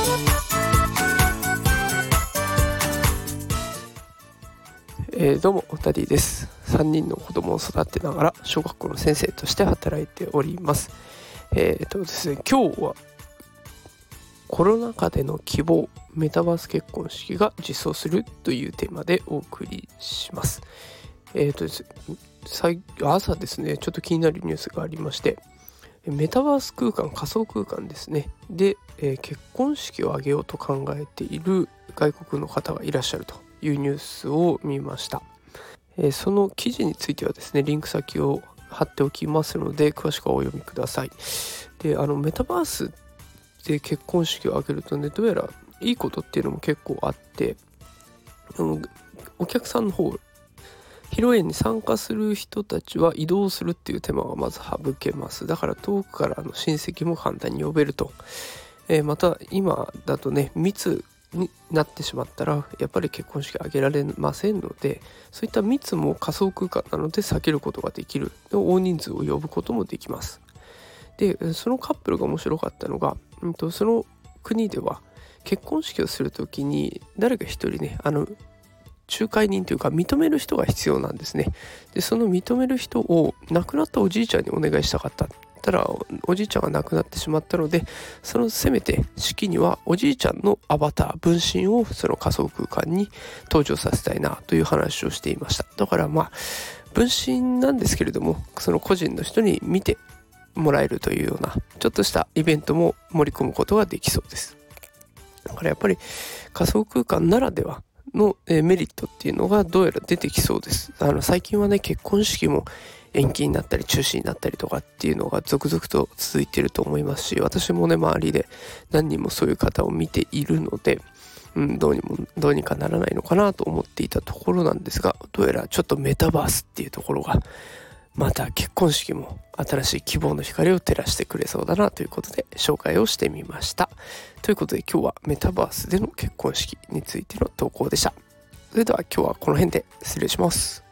どうもダディです。3人の子供を育てながら小学校の先生として働いております。ですね、今日はコロナ禍での希望メタバース結婚式が実装するというテーマでお送りします。ですね、朝ですね、ちょっと気になるニュースがありまして、メタバース空間、仮想空間ですねで、結婚式を挙げようと考えている外国の方がいらっしゃるというニュースを見ました。その記事についてはですね、リンク先を貼っておきますので詳しくはお読みください。で、メタバースで結婚式を挙げるとね、どうやらいいことっていうのも結構あって、お客さんの方、披露宴に参加する人たちは移動するっていう手間がまず省けます。だから遠くから親戚も簡単に呼べると。また今だとね、密になってしまったらやっぱり結婚式挙げられませんので、そういった密も仮想空間なので避けることができる。大人数を呼ぶこともできます。で、そのカップルが面白かったのが、その国では結婚式をするときに誰か一人ね、仲介人というか認める人が必要なんですね。で、その認める人を亡くなったおじいちゃんにお願いしたかった。たらおじいちゃんが亡くなってしまったので、せめて式にはおじいちゃんのアバター分身をその仮想空間に登場させたいなという話をしていました。だから分身なんですけれども、その個人の人に見てもらえるというようなちょっとしたイベントも盛り込むことができそうです。だからやっぱり仮想空間ならではのメリットっていうのがどうやら出てきそうです。最近はね、結婚式も延期になったり中止になったりとかっていうのが続々と続いていると思いますし、私もね、周りで何人もそういう方を見ているので、どうにかならないのかなと思っていたところなんですが、どうやらちょっとメタバースっていうところがまた結婚式も新しい希望の光を照らしてくれそうだなということで紹介をしてみました。ということで今日はメタバースでの結婚式についての投稿でした。それでは今日はこの辺で失礼します。